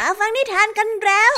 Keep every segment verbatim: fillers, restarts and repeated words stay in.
มาฟังนิทานกันแล้ว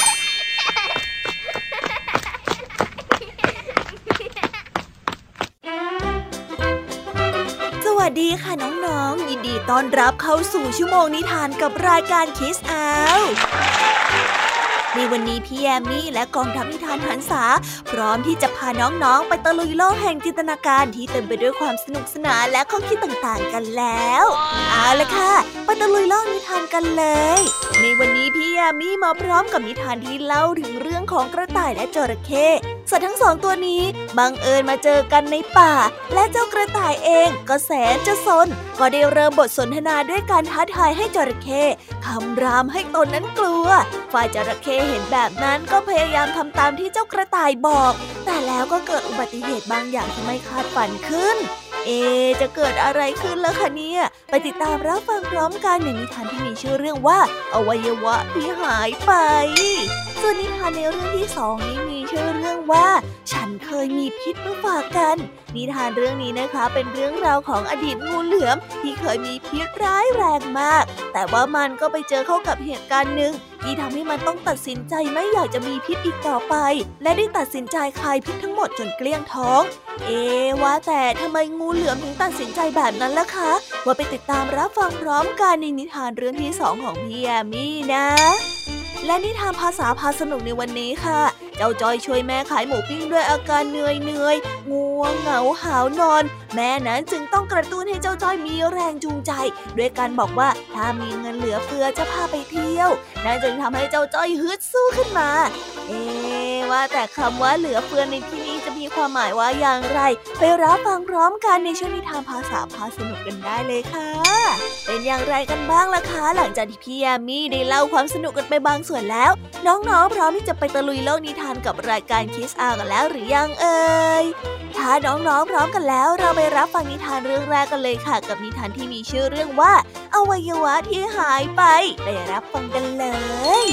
สวัสดีค่ะน้องๆยินดีต้อนรับเข้าสู่ชั่วโมงนิทานกับรายการคิสอาวในวันนี้พี่แยมมี่และกองทัพนิทานหันษาพร้อมที่จะพาน้องๆไปตะลุยโลกแห่งจินตนาการที่เต็มไปด้วยความสนุกสนานและข้อคิดต่างๆกันแล้วเอาล่ะค่ะไปตะลุยโลกนิทานกันเลยในวันนี้พี่แยมมี่มาพร้อมกับนิทานที่เล่าถึงเรื่องของกระต่ายและจระเข้สัตว์ทั้งสองตัวนี้บังเอิญมาเจอกันในป่าและเจ้ากระต่ายเองก็แสนจะซนก็ได้เริ่มบทสนทนาด้วยการท้าทายให้จระเข้คำรามให้ตนนั้นกลัวฝ่ายจระเข้เห็นแบบนั้นก็พยายามทำตามที่เจ้ากระต่ายบอกแต่แล้วก็เกิดอุบัติเหตุบางอย่างที่ไม่คาดฝันขึ้นเอ๊ะจะเกิดอะไรขึ้นล่ะคะเนี่ยไปติดตามรับฟังพร้อมกันในนิทานที่มีชื่อเรื่องว่าอวัยวะที่หายไปส่วนนิทานในเรื่องที่สองนี้มีชื่อเรื่องว่าฉันเคยมีพิษมาฝากกันนิทานเรื่องนี้นะคะเป็นเรื่องราวของอดีตงูเหลือมที่เคยมีพิษร้ายแรงมากแต่ว่ามันก็ไปเจอเข้ากับเหตุการณ์หนึ่งที่ทำให้มันต้องตัดสินใจไม่อยากจะมีพิษอีกต่อไปและได้ตัดสินใจคายพิษทั้งหมดจนเกลี้ยงท้องเอ๊ะว่าแต่ทำไมงูเหลือมถึงตัดสินใจแบบนั้นล่ะคะว่าไปติดตามรับฟังพร้อมกันในนิทานเรื่องที่สองของพี่แยมมี่นะและนิทานภาษาพาสนุกในวันนี้ค่ะเจ้าจอยช่วยแม่ขายหมูปิ้งด้วยอาการเหนื่อยเหนื่อยง่วงเหงาหาวนอนแม่นั้นจึงต้องกระตุ้นให้เจ้าจอยมีแรงจูงใจด้วยการบอกว่าถ้ามีเงินเหลือเฟือจะพาไปเที่ยวนั่นจึงทำให้เจ้าจอยฮึดสู้ขึ้นมาเอ๊ะว่าแต่คำว่าเหลือเฟือในที่นี้จะมีความหมายว่าอย่างไรไปรับฟังพร้อมกันในช่วงนิทานภาษาพาสนุกกันได้เลยค่ะเป็นอย่างไรกันบ้างล่ะคะหลังจากที่พี่แยมมี่ได้เล่าความสนุกกันไปบางส่วนแล้วน้องๆพร้อมที่จะไปตะลุยโลกนิทานกับรายการคิสอากันแล้วหรือยังเอ่ยถ้าน้องๆพร้อมกันแล้วเราไปรับฟังนิทานเรื่องแรกกันเลยค่ะกับนิทานที่มีชื่อเรื่องว่าอวัยวะที่หายไปไปรับฟังกันเลย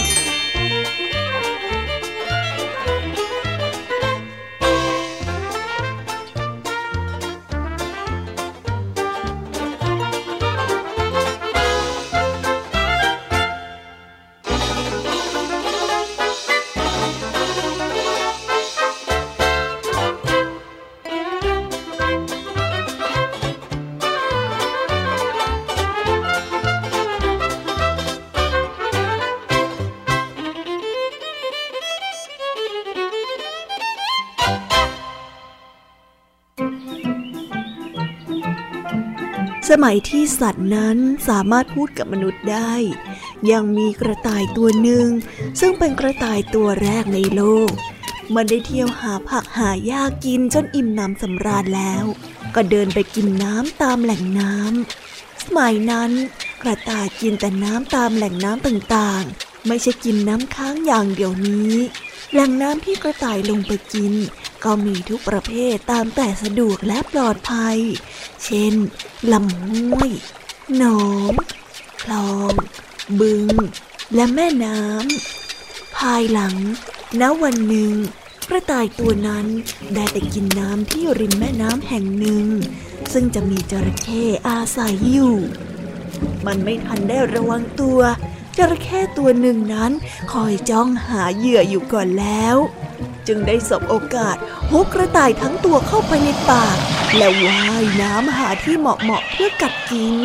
สมัยที่สัตว์นั้นสามารถพูดกับมนุษย์ได้ยังมีกระต่ายตัวหนึ่งซึ่งเป็นกระต่ายตัวแรกในโลกมันได้เที่ยวหาผักหาหญ้ากินจนอิ่มหนำสำราญแล้วก็เดินไปกินน้ำตามแหล่งน้ำสมัยนั้นกระต่ายกินแต่น้ำตามแหล่งน้ำต่างๆไม่ใช่กินน้ำค้างอย่างเดียวนี้แหล่งน้ำที่กระต่ายลงไปกินก็มีทุกประเภทตามแต่สะดวกและปลอดภัยเช่นลำห้วยหนองคลองบึงและแม่น้ำภายหลังณวันหนึ่งกระต่ายตัวนั้นได้ไปกินน้ำที่ริมแม่น้ำแห่งหนึ่งซึ่งจะมีจระเข้อาศัยอยู่มันไม่ทันได้ระวังตัวจระเข้ตัวหนึ่งนั้นคอยจ้องหาเหยื่ออยู่ก่อนแล้วจึงได้สบโอกาสฮุบกระต่ายทั้งตัวเข้าไปในปากและว่ายน้ำหาที่เหมาะๆเพื่อกัดกิน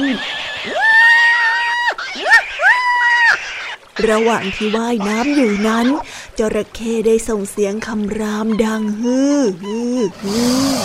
ระหว่างที่ว่ายน้ำอยู่นั้นจระเข้ได้ส่งเสียงคำรามดังฮือฮือฮือ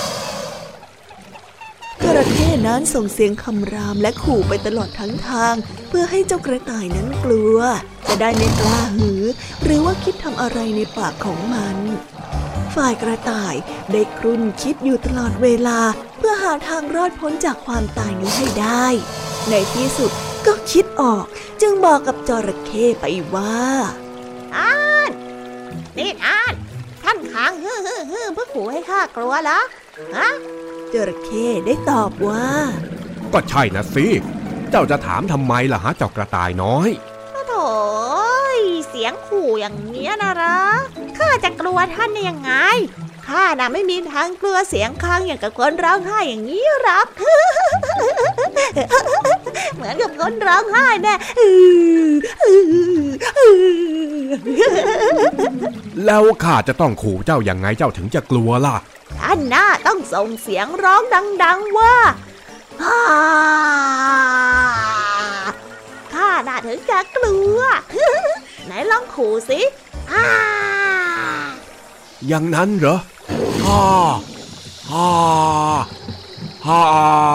จระเข้นั้นส่งเสียงคำรามและขู่ไปตลอดทั้งทางเพื่อให้เจ้ากระต่ายนั้นกลัวจะได้ไม่กล้าหือหรือว่าคิดทำอะไรในปากของมันฝ่ายกระต่ายได้ครุ่นคิดอยู่ตลอดเวลาเพื่อหาทางรอดพ้นจากความตายนี้ให้ได้ในที่สุดก็คิดออกจึงบอกกับจระเข้ไปว่าท่านนี่ท่านท่านค้างฮือฮือฮือเพื่อขู่ให้ข้ากลัวเหรอฮะจระเข้ได้ตอบว่าก็ใช่นะสิเจ้าจะถามทำไมล่ะฮะเจ้ากระต่ายน้อยโถ่เสียงขู่อย่างเนี้ยนะล่ะข้าจะกลัวท่านได้ยังไงข้าน่ะไม่มีทางกลัวเสียงค้างอย่างกับคนร้องไห้อย่างนี้หรอกเหมือนกับคนร้องไห้แน่แล้วข้าจะต้องขู่เจ้ายังไงเจ้าถึงจะกลัวล่ะท่านน่าต้องส่งเสียงร้องดังๆว่าข้าน่าถึงจะกลัวไหนลองขู่สิอย่างนั้นเหรอฮ่าฮ่าฮ่า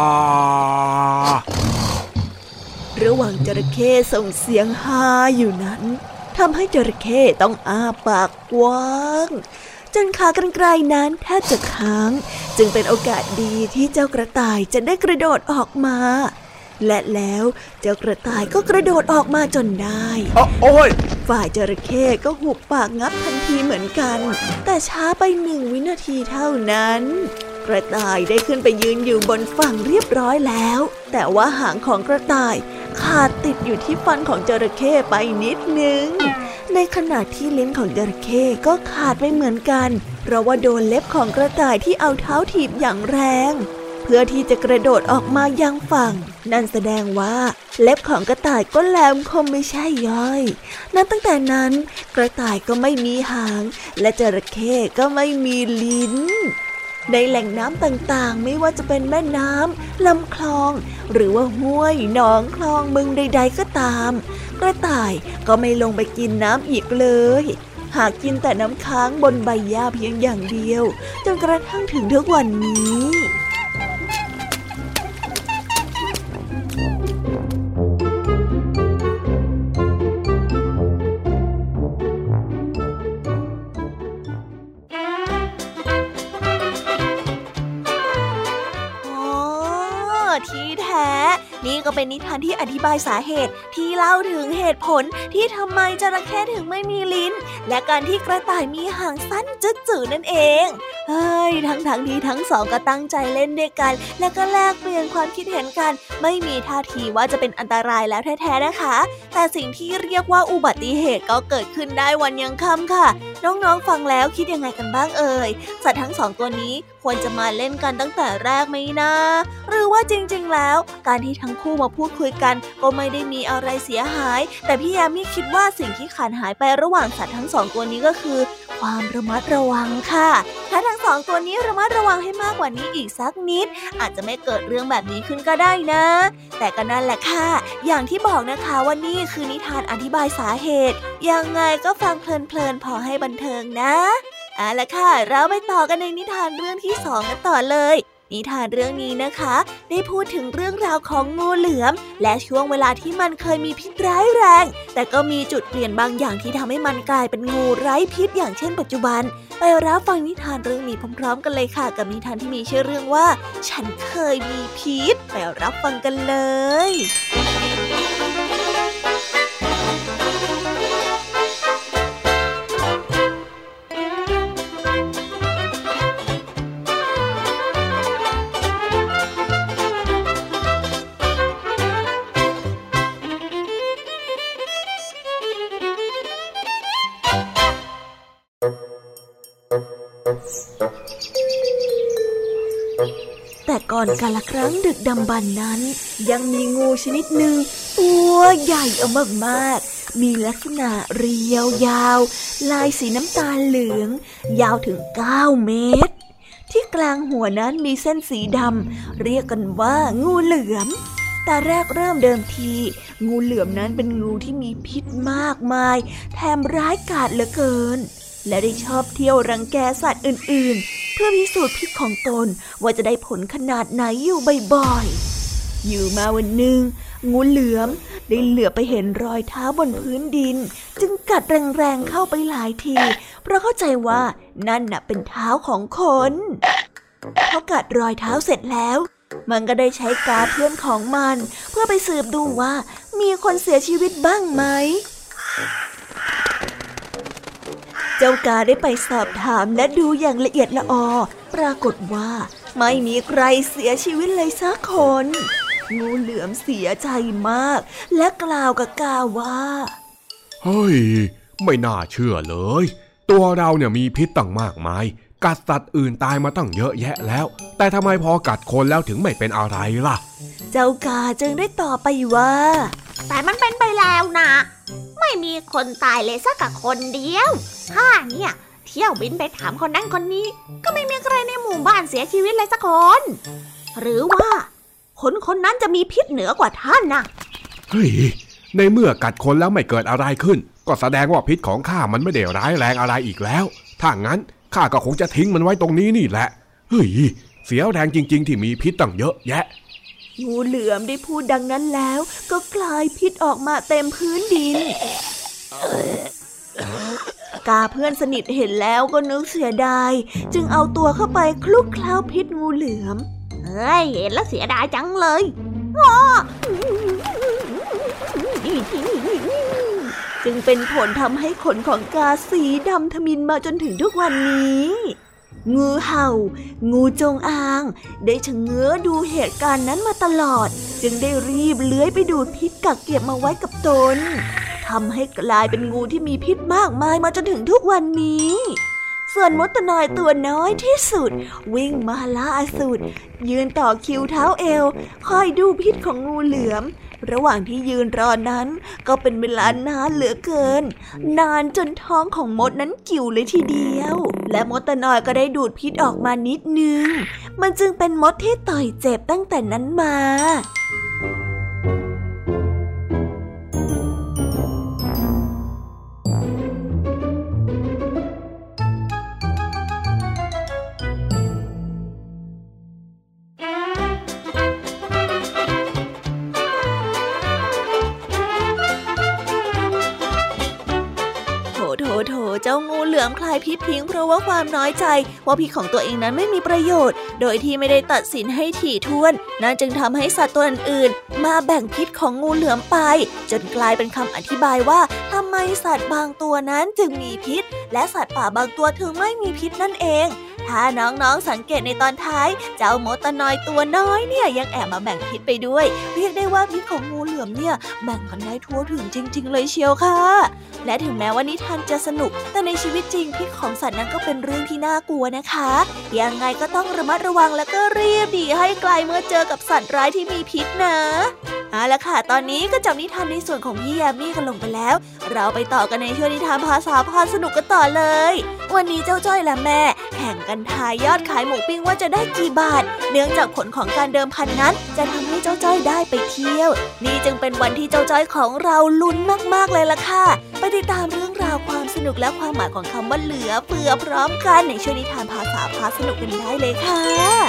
ระหว่างจระเข้ส่งเสียงฮ่าอยู่นั้นทำให้จระเข้ต้องอ้าปากกว้างจนขากรรไกรนั้นแทบจะค้างจึงเป็นโอกาสดีที่เจ้ากระต่ายจะได้กระโดดออกมาและแล้วเจ้ากระต่ายก็กระโดดออกมาจนได้โอ้ยฝ่ายจระเข้ก็หุบปากงับทันทีเหมือนกันแต่ช้าไปหนึ่งวินาทีเท่านั้นกระต่ายได้ขึ้นไปยืนอยู่บนฝั่งเรียบร้อยแล้วแต่ว่าหางของกระต่ายขาดติดอยู่ที่ฟันของจระเข้ไปนิดนึงในขณะที่ลิ้นของจระเข้ก็ขาดไปเหมือนกันเพราะว่าโดนเล็บของกระต่ายที่เอาเท้าถีบอย่างแรงเพื่อที่จะกระโดดออกมายังฝั่งนั่นแสดงว่าเล็บของกระต่ายก็แหลมคมไม่ใช่ย่อยนับตั้งแต่นั้นกระต่ายก็ไม่มีหางและจระเข้ก็ไม่มีลิ้นในแหล่งน้ำต่างๆไม่ว่าจะเป็นแม่น้ำลำคลองหรือว่าห้วยหนองคลองบึงใดๆก็ตามกระต่ายก็ไม่ลงไปกินน้ำอีกเลยหากกินแต่น้ำค้างบนใบหญ้าเพียงอย่างเดียวจนกระทั่งถึงทุกวันนี้ที่แท้นี่ก็เป็นนิทานที่อธิบายสาเหตุที่เล่าถึงเหตุผลที่ทำไมจระเข้ถึงไม่มีลิ้นและการที่กระต่ายมีหางสั้นจืดๆนั่นเองเฮ้ยทั้งๆ ท, ที่ทั้งสองก็ตั้งใจเล่นด้วยกันและก็แลกเปลี่ยนความคิดเห็นกันไม่มีท่าทีว่าจะเป็นอันตรายแล้วแท้ๆนะคะแต่สิ่งที่เรียกว่าอุบัติเหตุก็เกิดขึ้นได้วันยังค่ำค่ะน้องๆฟังแล้วคิดยังไงกันบ้างเอ่ยสัตว์ทั้งสองตัวนี้ควรจะมาเล่นกันตั้งแต่แรกไหมนะหรือว่าจริงๆแล้วการที่ทั้งคู่มาพูดคุยกันก็ไม่ได้มีอะไรเสียหายแต่พี่แยมมี่คิดว่าสิ่งที่ขาดหายไประหว่างสัตว์ทั้งสองตัวนี้ก็คือความระมัดระวังค่ะถ้าทั้งสองตัวนี้ระมัดระวังให้มากกว่านี้อีกสักนิดอาจจะไม่เกิดเรื่องแบบนี้ขึ้นก็ได้นะแต่ก็นั่นแหละค่ะอย่างที่บอกนะคะว่านี่คือนิทานอธิบายสาเหตุยังไงก็ฟังเพลินๆพอให้บันเทิงนะเอาล่ะค่ะเราไปต่อกันในนิทานเรื่องที่สองกันต่อเลยนิทานเรื่องนี้นะคะได้พูดถึงเรื่องราวของงูเหลือมและช่วงเวลาที่มันเคยมีพิษร้ายแรงแต่ก็มีจุดเปลี่ยนบางอย่างที่ทำให้มันกลายเป็นงูไร้พิษอย่างเช่นปัจจุบันไปรับฟังนิทานเรื่องนี้พร้อมๆกันเลยค่ะกับนิทานที่มีชื่อเรื่องว่าฉันเคยมีพิษไปรับฟังกันเลยแต่ก่อนกาลครั้งดึกดำบรรพ์นั้นยังมีงูชนิดหนึ่งตัวใหญ่เอามากๆมีลักษณะเรียวยาวลายสีน้ำตาลเหลืองยาวถึงเก้าเมตรที่กลางหัวนั้นมีเส้นสีดำเรียกกันว่างูเหลือมแต่แรกเริ่มเดิมทีงูเหลือมนั้นเป็นงูที่มีพิษมากมายแถมร้ายกาจเหลือเกินและได้ชอบเที่ยวรังแกสัตว์อื่นๆเพื่อพิสูจน์พิษของตนว่าจะได้ผลขนาดไหนอยู่บ่อยๆอยู่มาวันหนึ่งงูเหลือมได้เหลือบไปเห็นรอยเท้าบนพื้นดินจึงกัดแรงๆเข้าไปหลายทีเพราะเข้าใจว่านั่นน่ะเป็นเท้าของคนพอกัดรอยเท้าเสร็จแล้วมันก็ได้ใช้กาเพื่อนของมันเพื่อไปสืบดูว่ามีคนเสียชีวิตบ้างไหมเจ้ากาได้ไปสอบถามและดูอย่างละเอียดละออปรากฏว่าไม่มีใครเสียชีวิตเลยสักคนงูเหลือมเสียใจมากและกล่าวกับกาว่าเฮ้ยไม่น่าเชื่อเลยตัวเราเนี่ยมีพิษตั้งมากมายกัดสัตว์อื่นตายมาตั้งเยอะแยะแล้วแต่ทำไมพอกัดคนแล้วถึงไม่เป็นอะไรล่ะเจ้ากาจึงได้ตอบไปว่าแต่มันเป็นไปแล้วนะไม่มีคนตายเลยสักคนเดียวข้าเนี่ยเที่ยวบินไปถามคนนั้นคนนี้ก็ไม่มีใครในหมู่บ้านเสียชีวิตเลยสักคนหรือว่าคนคนนั้นจะมีพิษเหนือกว่าท่านนะเฮ้ยในเมื่อกัดคนแล้วไม่เกิดอะไรขึ้นก็แสดงว่าพิษของข้ามันไม่ได้ร้ายแรงอะไรอีกแล้วถ้างั้นข้าก็คงจะทิ้งมันไว้ตรงนี้นี่แหละเฮ้ยเสียแรงจริงๆที่มีพิษตั้งเยอะแยะงูเหลือมได้พูดดังนั้นแล้วก็กลายพิษออกมาเต็มพื้นดินกาเพื่อนสนิทเห็นแล้วก็นึกเสียดายจึงเอาตัวเข้าไปคลุกเคล้าพิษงูเหลือมเฮ้ยเห็นแล้วเสียดายจังเลยอ๋อจึงเป็นผลทำให้ขนของกาสีดำทมิฬมาจนถึงทุกวันนี้งูเห่างูจงอางได้ชะเง้อดูเหตุการณ์นั้นมาตลอดจึงได้รีบเลื้อยไปดูดพิษกักเก็บมาไว้กับตนทำให้กลายเป็นงูที่มีพิษมากมายมาจนถึงทุกวันนี้ส่วนมดตะนอยตัวน้อยที่สุดวิ่งมาล่าอสูรยืนต่อคิวเท้าเอวคอยดูพิษของงูเหลือมระหว่างที่ยืนรอนั้นก็เป็นเวลานานเหลือเกินนานจนท้องของมดนั้นกิ่วเลยทีเดียวและมดตะนอยก็ได้ดูดพิษออกมานิดนึงมันจึงเป็นมดที่ต่อยเจ็บตั้งแต่นั้นมาเจ้างูเหลือมคลายพิษทิ้งเพราะว่าความน้อยใจว่าพิษของตัวเองนั้นไม่มีประโยชน์โดยที่ไม่ได้ตัดสินให้ถี่ถ้วนนั่นจึงทำให้สัตว์ตัวอื่นๆมาแบ่งพิษของงูเหลือมไปจนกลายเป็นคำอธิบายว่าทำไมสัตว์บางตัวนั้นจึงมีพิษและสัตว์ป่าบางตัวถึงไม่มีพิษนั่นเองถ้าน้องๆสังเกตในตอนท้ายเจ้ามดตะนอยตัวน้อยเนี่ยยังแอบมาแบ่งพิษไปด้วยเรียกได้ว่าพิษของงูเหลือมเนี่ยแบ่งกันได้ทั่วถึงจริงๆเลยเชียวค่ะและถึงแม้ว่านิทานจะสนุกแต่ในชีวิตจริงพิษของสัตว์นั้นก็เป็นเรื่องที่น่ากลัวนะคะยังไงก็ต้องระมัดระวังและก็รีบหนีให้ไกลเมื่อเจอกับสัตว์ร้ายที่มีพิษนะเอาล่ะค่ะตอนนี้ก็จบนิทานในส่วนของพี่ยามีกันลงไปแล้วเราไปต่อกันในช่วงนิทานภาษาพาสนุกกันต่อเลยวันนี้เจ้าจ้อยและแม่แข่งกันทายยอดขายหมูปิ้งว่าจะได้กี่บาทเนื่องจากผลของการเดิมพันนั้นจะทำให้เจ้าจ้อยได้ไปเที่ยวนี่จึงเป็นวันที่เจ้าจ้อยของเราลุ้นมากๆเลยล่ะค่ะไปติดตามเรื่องราวความสนุกและความหมายของคำว่าเหลือเฟือพร้อมกันในช่วงนิทานภาษาพาสนุกกันได้เลยค่ะ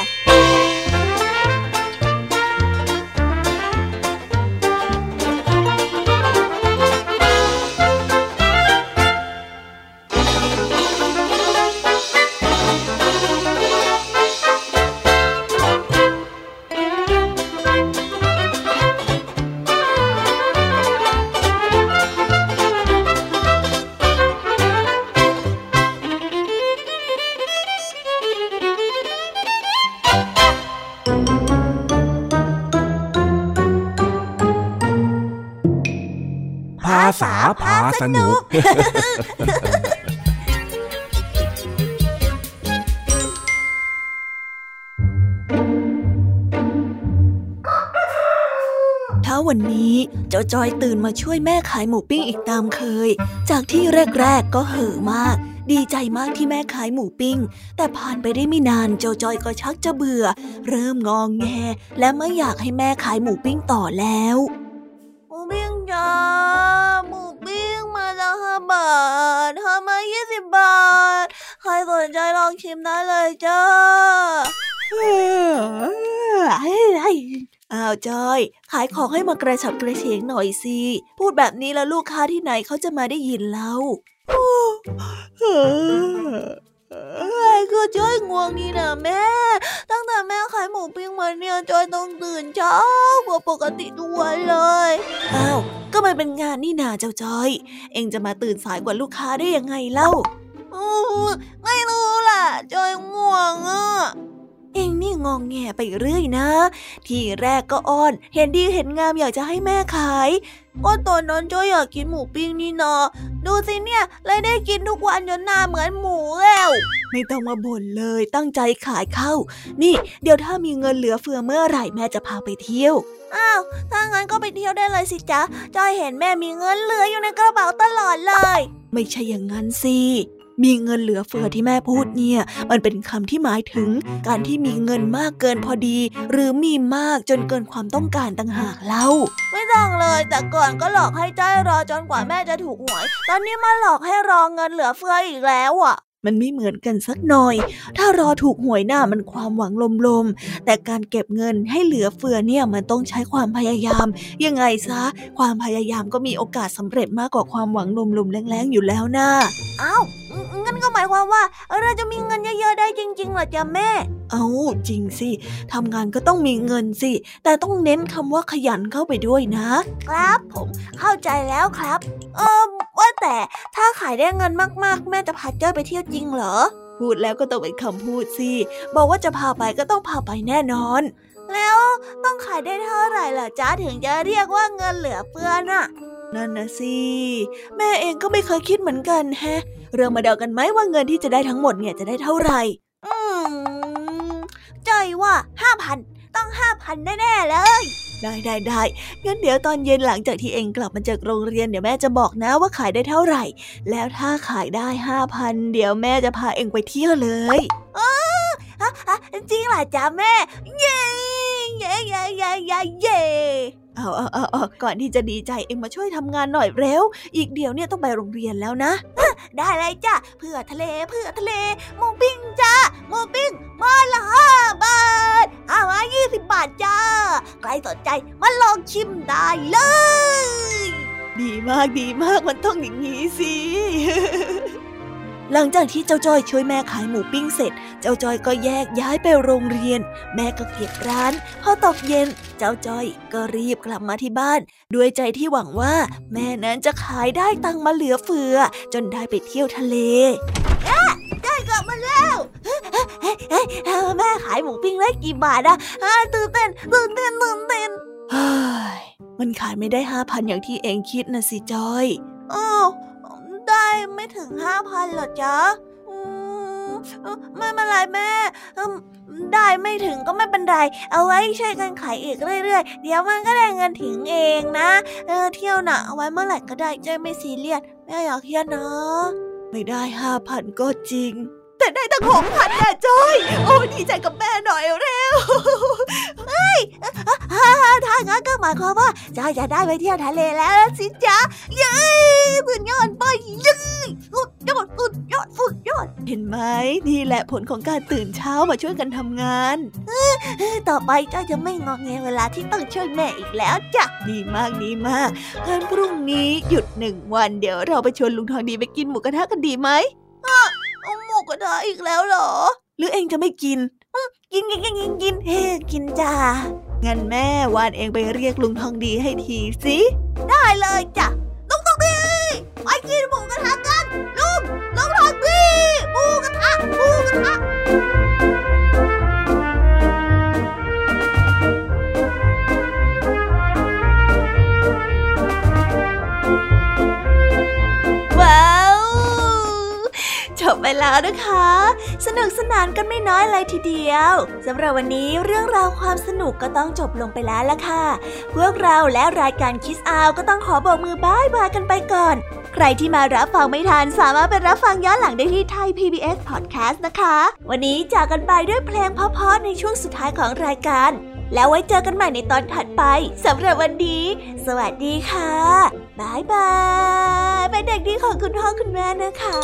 ภาษาพาสนุกถ้าวันนี้เจ้าจอยตื่นมาช่วยแม่ขายหมูปิ้งอีกตามเคยจากที่แรกๆก็เห่อมากดีใจมากที่แม่ขายหมูปิ้งแต่ผ่านไปได้ไม่นานเจ้าจอยก็ชักจะเบื่อเริ่มงอแงและไม่อยากให้แม่ขายหมูปิ้งต่อแล้วหมูปิ้งจ้าหมูปิ้งมาละห้าบาทห้ามายี่สิบบาทใครสนใจลองชิมได้เลยจ้าอ้าวจอยขายของให้มากระฉับกระเฉงหน่อยสิพูดแบบนี้แล้วลูกค้าที่ไหนเขาจะมาได้ยินเล่าอะไรก็จอยง่วงนี่นะแม่ตั้งแต่แม่ขายหมูปิ้งมาเนี่ยจอยต้องตื่นเช้ากว่าปกติทุกวันเลยอ้าวก็มันเป็นงานนี่นาเจ้าจอยเอ็งจะมาตื่นสายกว่าลูกค้าได้ยังไงเล่าไม่รู้ล่ะจอยง่วงอ่ะเองนี่งองแงไปเรื่อยนะทีแรกก็อ้อนเห็นดีเห็นงามอยากจะให้แม่ขายก็ตอนนั้นจ้อยอยากกินหมูปิ้งนี่นาดูสิเนี่ยเลยได้กินทุกวันจนหน้าเหมือนหมูแล้วไม่ต้องมาบ่นเลยตั้งใจขายเข้านี่เดี๋ยวถ้ามีเงินเหลือเฟือเมื่อไหร่แม่จะพาไปเที่ยวอ้าวถ้างั้นก็ไปเที่ยวได้เลยสิจ๊ะจ้อยเห็นแม่มีเงินเหลืออยู่ในกระเป๋าตลอดเลยไม่ใช่อย่างนั้นสิมีเงินเหลือเฟือที่แม่พูดเนี่ยมันเป็นคำที่หมายถึงการที่มีเงินมากเกินพอดีหรือมีมากจนเกินความต้องการต่างหากเล่าไม่ต้องเลยแต่ก่อนก็หลอกให้จ้อยรอจนกว่าแม่จะถูกหวยตอนนี้มาหลอกให้รอเงินเหลือเฟืออีกแล้วอ่ะมันไม่เหมือนกันสักหน่อยถ้ารอถูกหวยหน้ามันความหวังลมๆแต่การเก็บเงินให้เหลือเฟือเนี่ยมันต้องใช้ความพยายามยังไงซะความพยายามก็มีโอกาสสำเร็จมากกว่าความหวังลมๆแรงๆอยู่แล้วนะอ้าวงั้นก็หมายความว่าเราจะมีเงินเยอะๆได้จริงๆเหรอจ๊ะแม่เอ้าจริงสิทำงานก็ต้องมีเงินสิแต่ต้องเน้นคำว่าขยันเข้าไปด้วยนะครับผมเข้าใจแล้วครับเออว่าแต่ถ้าขายได้เงินมากๆแม่จะพาจ้อยไปเที่ยวจริงเหรอพูดแล้วก็ต้องเป็นคำพูดสิบอกว่าจะพาไปก็ต้องพาไปแน่นอนแล้วต้องขายได้เท่าไหร่ล่ะจ๊ะถึงจะเรียกว่าเงินเหลือเฟือน่ะนั่นนะสิแม่เองก็ไม่เคยคิดเหมือนกันแฮะเรามาเดากันไหมว่าเงินที่จะได้ทั้งหมดเนี่ยจะได้เท่าไหร่อืมจ้อยว่า ห้าพัน ต้อง ห้าพัน แน่ๆเลยได้ได้ได้งั้นเดี๋ยวตอนเย็นหลังจากที่เองกลับมาจากโรงเรียนเดี๋ยวแม่จะบอกนะว่าขายได้เท่าไหร่แล้วถ้าขายได้ ห้าพัน เดี๋ยวแม่จะพาเองไปเที่ยวเลยอ๋อจริงเหรอจ๊ะแม่เย้เย้เย้เย้เย้เย้เอาเอาเอาเอาก่อนที่จะดีใจเองมาช่วยทำงานหน่อยเร็วอีกเดี๋ยวเนี่ยต้องไปโรงเรียนแล้วนะได้เลยจ้ะเพื่อทะเลเพื่อทะเลหมูปิ้งจ้ะหมูปิ้งมาละห้าบาทเอามายี่สิบบาทจ้าใครสนใจมาลองชิมได้เลยดีมากดีมากมันต้องอย่างนี้สิ หลังจากที่เจ้าจ้อยช่วยแม่ขายหมูปิ้งเสร็จเจ้าจ้อยก็แยกย้ายไปโรงเรียนแม่ก็เก็บร้านพอตกเย็นเจ้าจ้อยก็รีบกลับมาที่บ้านด้วยใจที่หวังว่าแม่นั้นจะขายได้ตังค์มาเหลือเฟือจนได้ไปเที่ยวทะเลจ้อยกลับมาแล้วแม่ขายหมูปิ้งได้กี่บาทอะตื่นเต้นตื่นเต้นตื่นเต้นมันขายไม่ได้ห้าพันอย่างที่เองคิดนะสิจ้อยอ้าวได้ไม่ถึง ห้าพัน หรอจ๊ะไม่เป็นไรแม่ได้ไม่ถึงก็ไม่เป็นไรเอาไว้ช่วยกันขายอีกเรื่อยๆเดี๋ยวมันก็ได้เงินถึงเองนะเออเที่ยวน่ะเอาไว้เมื่อไหร่ก็ได้จ้อยไม่ซีเรียสแม่อยากเที่ยวนะไม่ได้ ห้าพัน ก็จริงแต่ได้ตั้ง หกพัน แน่จ้อยโอ้ดีใจกับแม่หน่อยเร็วเฮ้ยถ้างั้นก็หมายความว่าจ้อยจะได้ไปเที่ยวทะเลแล้วสิจ๊ะเย้สุดยอดไปเย้สุดยอดสุดยอดสุดยอดเห็นไหมนี่แหละผลของการตื่นเช้ามาช่วยกันทำงานต่อไปจ้อยจะไม่งอแงเวลาที่ต้องช่วยแม่อีกแล้วจ้ะดีมากดีมากงั้นพรุ่งนี้หยุดหนึ่งวันเดี๋ยวเราไปชวนลุงทองดีไปกินหมูกระทะกันดีไหมหมูกระทะอีกแล้วเหรอหรือเองจะไม่กินกินกินกินกินกินเฮ้กินจ้างั้นแม่วานเองไปเรียกลุงทองดีให้ทีสิได้เลยจ้ะลุงทองดีไปกินหมูกระทะกันลุงลุงทองดีหมูกระทะหมูกระทะจบไปแล้วนะคะสนุกสนานกันไม่น้อยเลยทีเดียวสำหรับวันนี้เรื่องราวความสนุกก็ต้องจบลงไปแล้วล่ะค่ะพวกเราและรายการ Kids Out ก็ต้องขอบอกมือบ๊ายบายกันไปก่อนใครที่มารับฟังไม่ทันสามารถไปรับฟังย้อนหลังได้ที่ Thai พี บี เอส Podcast นะคะวันนี้จากกันไปด้วยเพลงเพราะๆในช่วงสุดท้ายของรายการแล้วไว้เจอกันใหม่ในตอนถัดไปสำหรับวันนี้สวัสดีค่ะบ๊ายบายเป็นเด็กดีของคุณพ่อคุณแม่นะคะ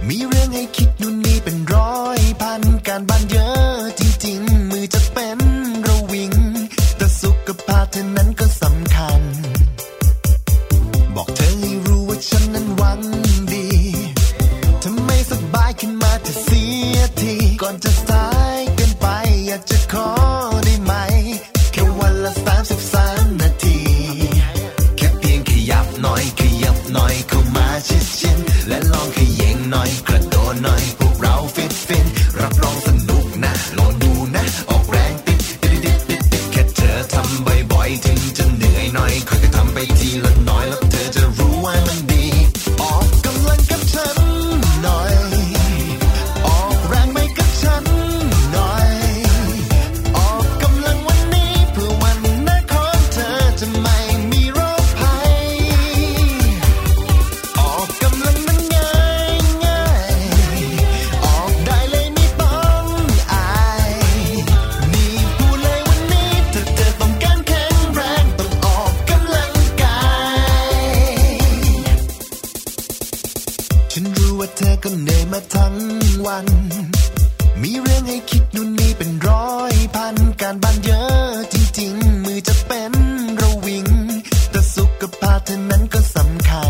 มีเรื่องให้คิดนู่นนี่เป็นร้อยพันการบ้านเยอะจริงๆมือจะเป็นระวิงแต่สุขภาพเธอนั้นก็สำคัญบอกเธอให้รู้ว่าฉันนั้นหวังดีถ้าไม่สบายขึ้นมาจะเสียทีก่อนจะสายเกินไปอยากจะขอได้ไหมแค่วันละสามสิบสามนาทีแค่เพียงขยับหน่อยขยับหน่อยเข้ามาชิดๆและลองขยิงหน่อยกระโดดหน่อยพวกเราฟิตฟินรับรองสนุกนะลองดูนะออกแรงติดติดติดติดติดแค่เธอทำบ่อยๆถึงจะเหนื่อยหน่อยค่อยๆทำไปทีละน้อยแล้วเธอจะรู้ว่ามันดีออกกำลังกับฉันหน่อยออกแรงไปกับฉันหน่อยออกกำลังวันนี้เพื่อวันหน้าของเธอจะไม่มีโรคภัยออกกำลังนั้นง่ายง่ายออกได้เลยไม่ต้องอายนี่พูดเลยวันนี้ถ้าเธอต้องการแข็งแรงต้องออกกำลังกายฉันรู้ว่าเธอก็เหนื่อยมาทั้งวันมีเรื่องให้คิดนู่นนี่เป็นร้อยพันการบ้านเยอะจริงๆมือจะเป็นระวิงแต่สุขภาพเธอนั้นก็สำคัญ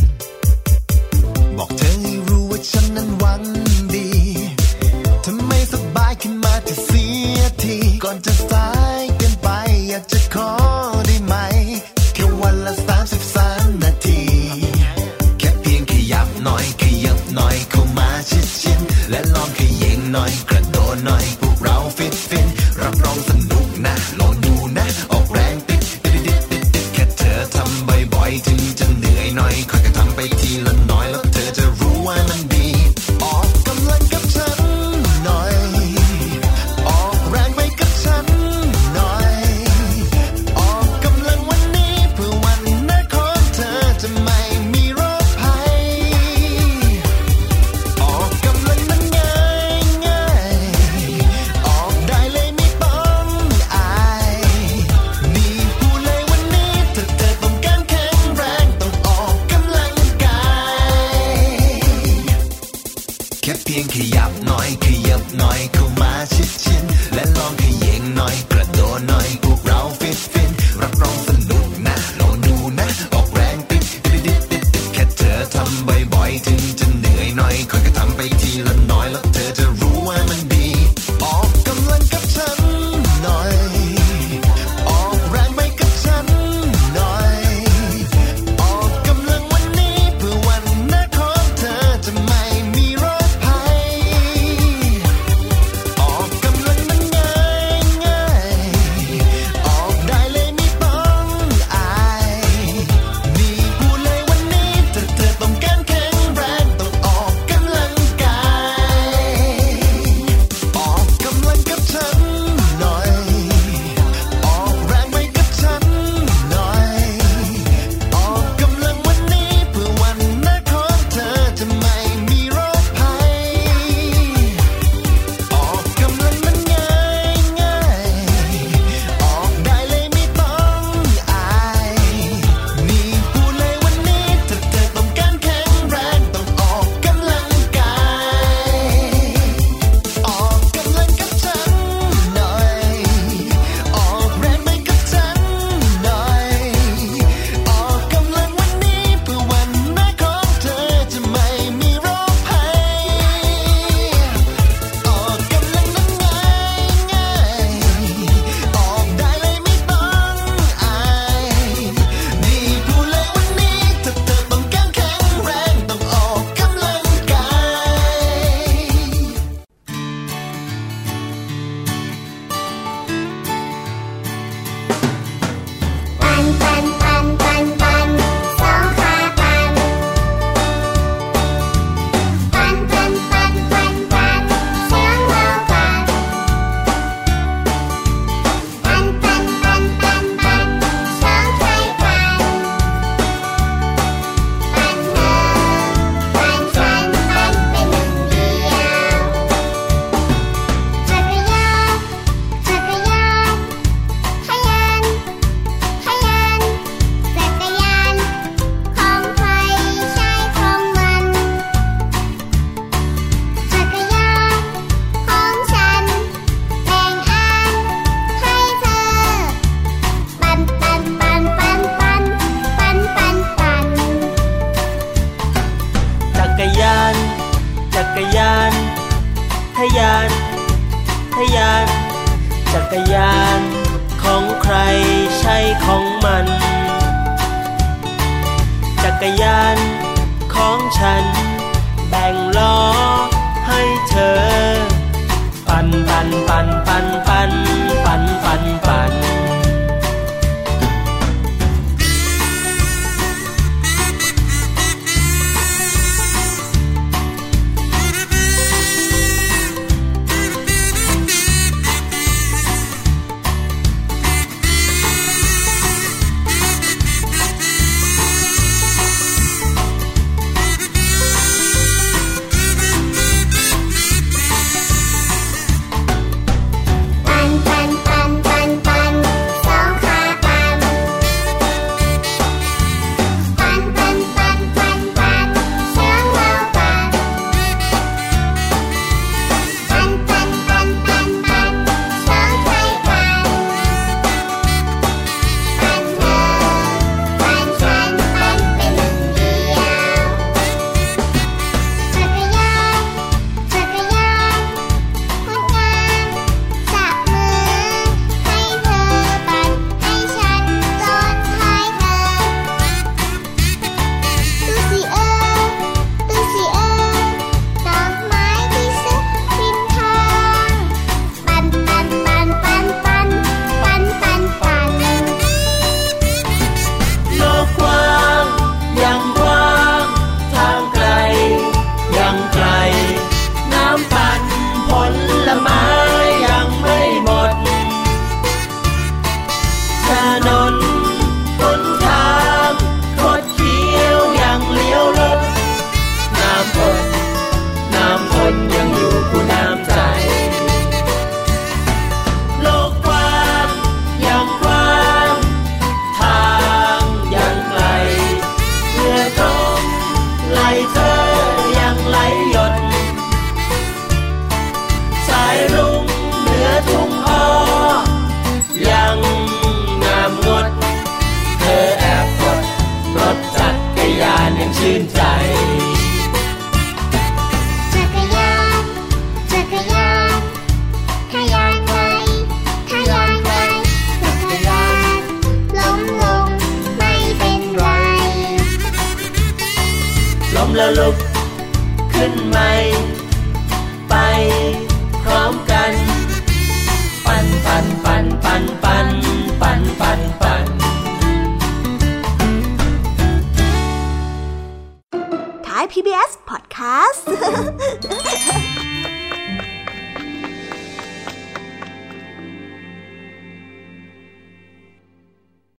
บอกเธอให้รู้ว่าฉันนั้นหวังดีถ้าไม่สบายขึ้นมาจะเสียทีก่อนจะสายเกินไปอยากจะขอได้ไหมแค่วันละสามสิบสามนาทีแค่เพียงขยับหน่อยขยับหน่อยเข้ามาชิดๆและลองขยิงหน่อยกระโดดหน่อยพวกเราฟิตฟินรับรองสนุกนะลองดูนะออกแรงติดติดติดติดติดแค่เธอทำบ่อยๆถึงจะเหนื่อยหน่อยค่อยๆทำไปทีละน้อยแล้วเธอจะรู้ว่ามันดีออกกำลังกับฉันหน่อยออกแรงไปกับฉันหน่อยออกกำลังวันนี้เพื่อวันหน้าของเธอจะไม่มีโรคภัยออกกำลังนั้นง่ายง่ายออกได้เลยไม่ต้องอายนี่พูดเลยวันนี้ถ้าเธอต้องการแข็งแรงต้องออกกำลังกายแค่เพียงขยับหน่อยขยับหน่อยเข้ามาชิดๆและลองขยิงหน่อยกระโดดหน่อยพวกเราฟิตฟินรับรองสนุกนะลองดูนะออกแรงติดติดติดติดติดแค่เธอทำบ่อยๆถึงจะเหนื่อยหน่อยค่อยๆทำไปทีละน้อยแล้วเธอจะรู้ว่ามันดีออกกำลังกับฉันหน่อยออกแรงไปกับฉันหน่อยออกกำลังวันนี้เพื่อวันหน้าของเธอจะไม่มีโรคภัยออกกำลังนั้นง่ายง่ายกรยานทะยานทะยานจักรยานของใครใช่ของมันจักรยานของฉันแบ่งล้อให้เธอปั่นปั่นปั่นปั่นปั่นปั่นปั่นปั่นชื่นใจจักรยานจักรยานทะยานไกลทะยานไกลจักรยานล้มลงไม่เป็นไรล้มแล้วลุกขึ้นใหม่ไปพร้อมกันปั่นปั่นปั่นปั่นปั่นปั่นปั่นปั่น Thai พี บี เอส Podcast